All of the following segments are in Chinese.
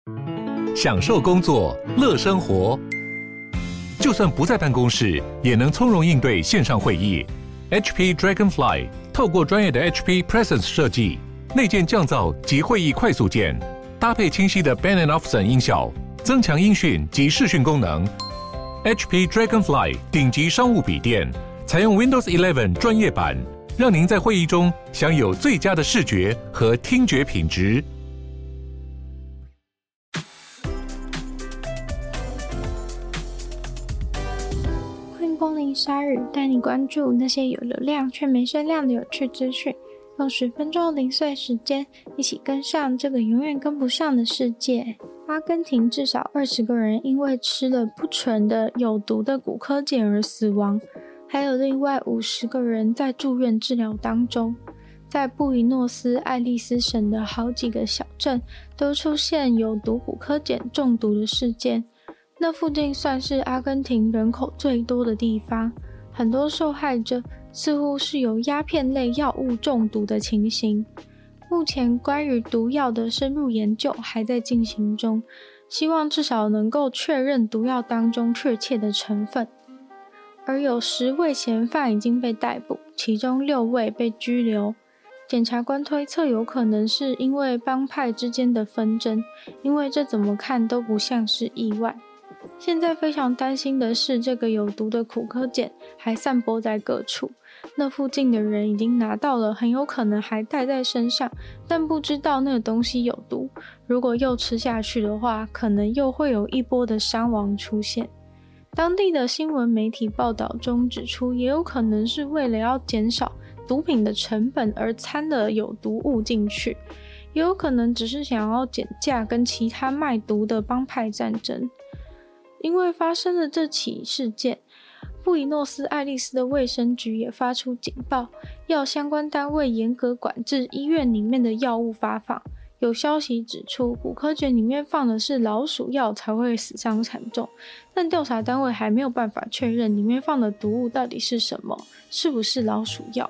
享受工作，乐生活。就算不在办公室，也能从容应对线上会议。HP Dragonfly 透过专业的 HP Presence 设计，内建降噪及会议快速键，搭配清晰的 Bang & Olufsen 音效，增强音讯及视讯功能。HP Dragonfly 顶级商务笔电，采用 Windows 11专业版，让您在会议中享有最佳的视觉和听觉品质。 光临鲨鱼，带你关注那些有流量却没声量的有趣资讯，用10分钟零碎时间，一起跟上这个永远跟不上的世界。阿根廷至少20个人因为吃了不纯的有毒的古柯碱而死亡，还有另外50个人在住院治疗当中。在布宜诺斯艾利斯省的好几个小镇都出现有毒古柯碱中毒的事件。那附近算是阿根廷人口最多的地方，很多受害者似乎是由鸦片类药物中毒的情形。目前关于毒药的深入研究还在进行中，希望至少能够确认毒药当中确切的成分。而有10位嫌犯已经被逮捕，其中6位被拘留。检察官推测有可能是因为帮派之间的纷争，因为这怎么看都不像是意外。现在非常担心的是，这个有毒的古柯碱还散播在各处，那附近的人已经拿到了，很有可能还带在身上，但不知道那个东西有毒，如果又吃下去的话，可能又会有一波的伤亡出现。当地的新闻媒体报道中指出，也有可能是为了要减少毒品的成本而掺了有毒物进去，也有可能只是想要减价跟其他卖毒的帮派战争。因为发生了这起事件，布宜诺斯艾利斯的卫生局也发出警报，要相关单位严格管制医院里面的药物发放。有消息指出，古柯碱里面放的是老鼠药才会死伤惨重，但调查单位还没有办法确认里面放的毒物到底是什么，是不是老鼠药。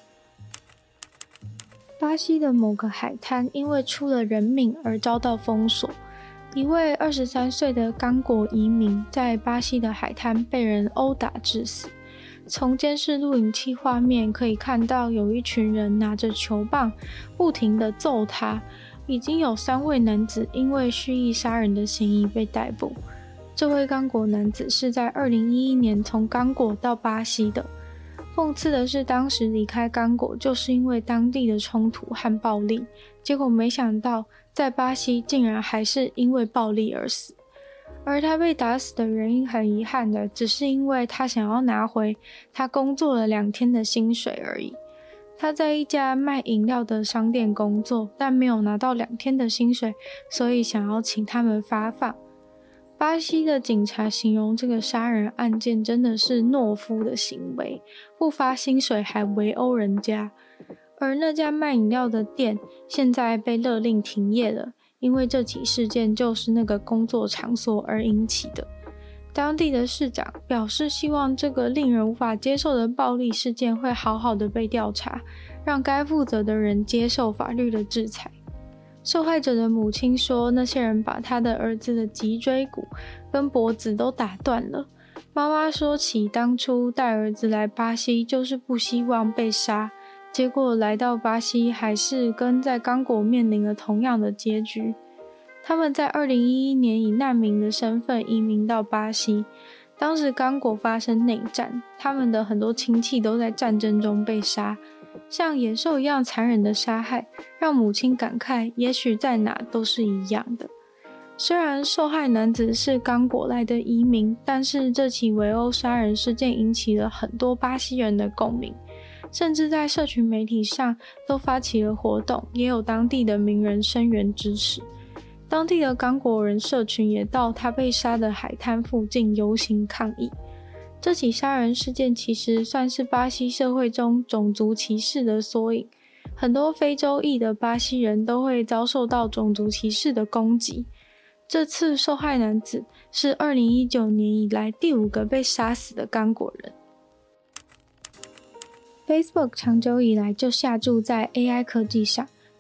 巴西的某个海滩因为出了人命而遭到封锁。一位23岁的刚果移民在巴西的海滩被人殴打致死。从监视录影器画面可以看到，有一群人拿着球棒不停地揍他。已经有3位男子因为蓄意杀人的嫌疑被逮捕。这位刚果男子是在2011年从刚果到巴西的。讽刺的是，当时离开刚果就是因为当地的冲突和暴力，结果没想到在巴西竟然还是因为暴力而死。而他被打死的原因很遗憾的，只是因为他想要拿回他工作了2天的薪水而已。他在一家卖饮料的商店工作，但没有拿到2天的薪水，所以想要请他们发放。巴西的警察形容这个杀人案件真的是懦夫的行为，不发薪水还围殴人家。而那家卖饮料的店现在被勒令停业了，因为这起事件就是那个工作场所而引起的。当地的市长表示，希望这个令人无法接受的暴力事件会好好的被调查，让该负责的人接受法律的制裁。受害者的母亲说，那些人把他的儿子的脊椎骨跟脖子都打断了。妈妈说起当初带儿子来巴西就是不希望被杀，结果来到巴西还是跟在刚果面临了同样的结局。他们在2011年以难民的身份移民到巴西，当时刚果发生内战，他们的很多亲戚都在战争中被杀。像野兽一样残忍的杀害，让母亲感慨，也许在哪都是一样的。虽然受害男子是刚果来的移民，但是这起围殴杀人事件引起了很多巴西人的共鸣，甚至在社群媒体上都发起了活动，也有当地的名人声援支持。当地的刚果人社群也到他被杀的海滩附近游行抗议。这起杀人事件其实算是巴西社会中种族歧视的缩影，很多非洲裔的巴西人都会遭受到种族歧视的攻击。这次受害男子是2019年以来第5个被杀死的刚果人。Facebook 长久以来就下注在 AI 科技上，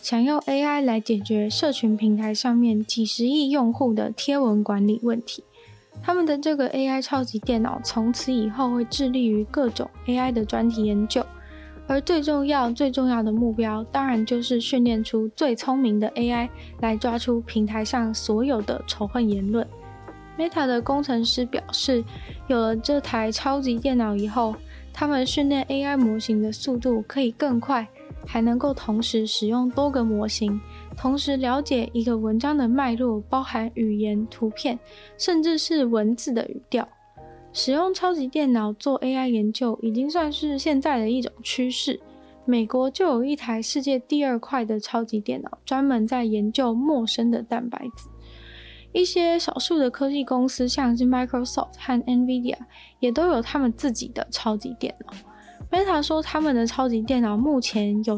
想要 AI 来解决社群平台上面几十亿用户的贴文管理问题。他们的这个 AI 超级电脑从此以后会致力于各种 AI 的专题研究，而最重要的目标当然就是训练出最聪明的 AI 来抓出平台上所有的仇恨言论。Meta 的工程师表示，有了这台超级电脑以后，他们训练 AI 模型的速度可以更快，还能够同时使用多个模型，同时了解一个文章的脉络，包含语言、图片，甚至是文字的语调。使用超级电脑做 AI 研究已经算是现在的一种趋势。美国就有一台世界第2快的超级电脑，专门在研究陌生的蛋白质。一些少数的科技公司，像是 Microsoft 和 Nvidia 也都有他们自己的超级电脑。Meta 说他们的超级电脑目前有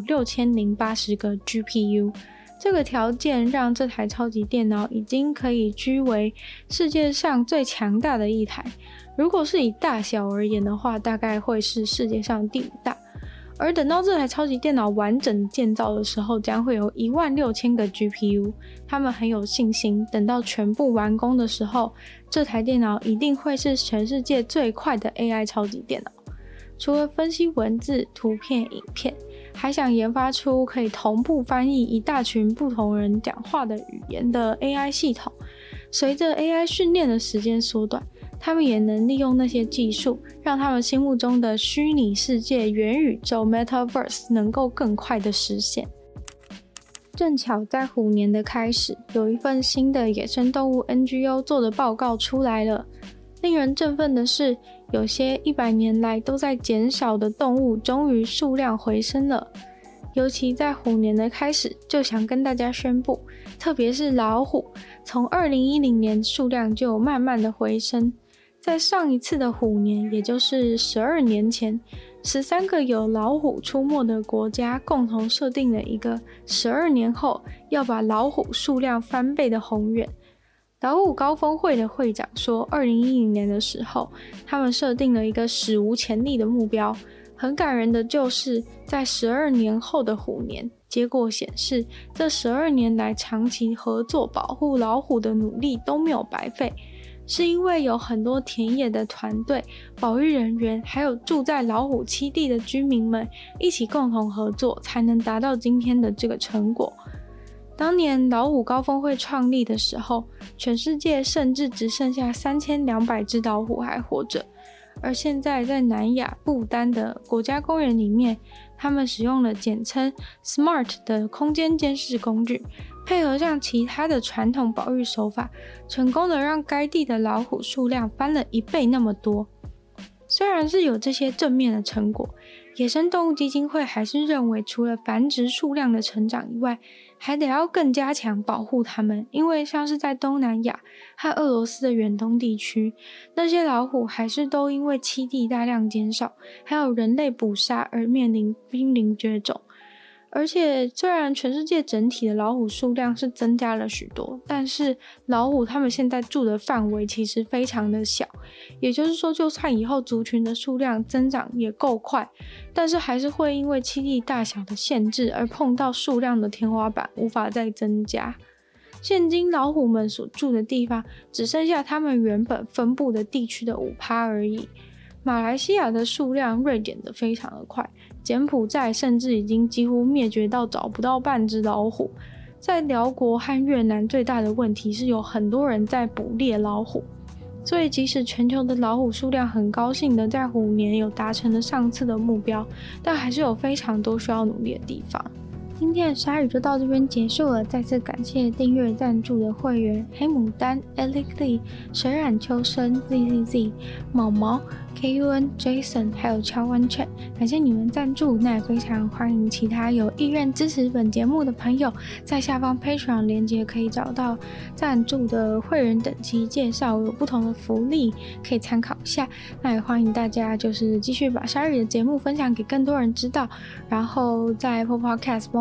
6080个 GPU， 这个条件让这台超级电脑已经可以居为世界上最强大的一台。如果是以大小而言的话，大概会是世界上第5大。而等到这台超级电脑完整建造的时候，将会有16000个 GPU。他们很有信心，等到全部完工的时候，这台电脑一定会是全世界最快的 AI 超级电脑。除了分析文字、图片、影片，还想研发出可以同步翻译一大群不同人讲话的语言的 AI 系统。随着 AI 训练的时间缩短，他们也能利用那些技术，让他们心目中的虚拟世界元宇宙 Metaverse 能够更快的实现。正巧在虎年的开始，有一份新的野生动物 NGO 做的报告出来了。令人振奋的是，有些100年来都在减少的动物终于数量回升了。尤其在虎年的开始，就想跟大家宣布，特别是老虎，从2010年数量就慢慢的回升。在上一次的虎年，也就是12年前，13个有老虎出没的国家共同设定了一个12年后要把老虎数量翻倍的宏愿。老虎高峰会的会长说，2010年的时候，他们设定了一个史无前例的目标。很感人的就是在12年后的虎年，结果显示这12年来长期合作保护老虎的努力都没有白费，是因为有很多田野的团队、保育人员，还有住在老虎栖地的居民们一起共同合作，才能达到今天的这个成果。当年老虎高峰会创立的时候，全世界甚至只剩下3200只老虎还活着。而现在在南亚不丹的国家公园里面，他们使用了简称 SMART 的空间监视工具，配合上其他的传统保育手法，成功的让该地的老虎数量翻了1倍那么多。虽然是有这些正面的成果，野生动物基金会还是认为，除了繁殖数量的成长以外，还得要更加强保护它们，因为像是在东南亚和俄罗斯的远东地区，那些老虎还是都因为栖地大量减少，还有人类捕杀而面临濒临绝种。而且虽然全世界整体的老虎数量是增加了许多，但是老虎它们现在住的范围其实非常的小，也就是说就算以后族群的数量增长也够快，但是还是会因为栖地大小的限制而碰到数量的天花板，无法再增加。现今老虎们所住的地方只剩下它们原本分布的地区的5%而已。马来西亚的数量锐减得非常的快，柬埔寨甚至已经几乎灭绝到找不到半只老虎。在辽国和越南，最大的问题是有很多人在捕猎老虎，所以即使全球的老虎数量很高兴的在虎年有达成了上次的目标，但还是有非常多需要努力的地方。今天的鲨鱼就到这边结束了，再次感谢订阅赞助的会员黑牡丹、Alex Lee、水染秋生、ZZZ、毛毛、KUN、Jason 还有乔文犬，感谢你们赞助。那也非常欢迎其他有意愿支持本节目的朋友，在下方 Patreon 连结可以找到赞助的会员等级介绍，有不同的福利可以参考一下。那也欢迎大家就是继续把鲨鱼的节目分享给更多人知道，然后在 Apple Podcast 帮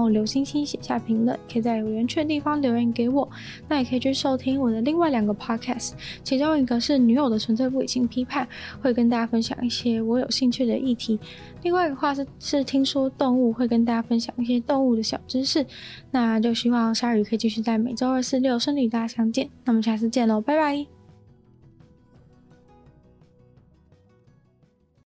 我留星星写下评论，可以在有圆圈的地方留言给我。那也可以去收听我的另外2个 podcast， 其中一个是女友的纯粹不理性批判，会跟大家分享一些我有兴趣的议题，另外一个话是听说动物，会跟大家分享一些动物的小知识。那就希望鲨鱼可以继续在每周2、4、6顺利与大家相见，那么下次见咯，拜拜。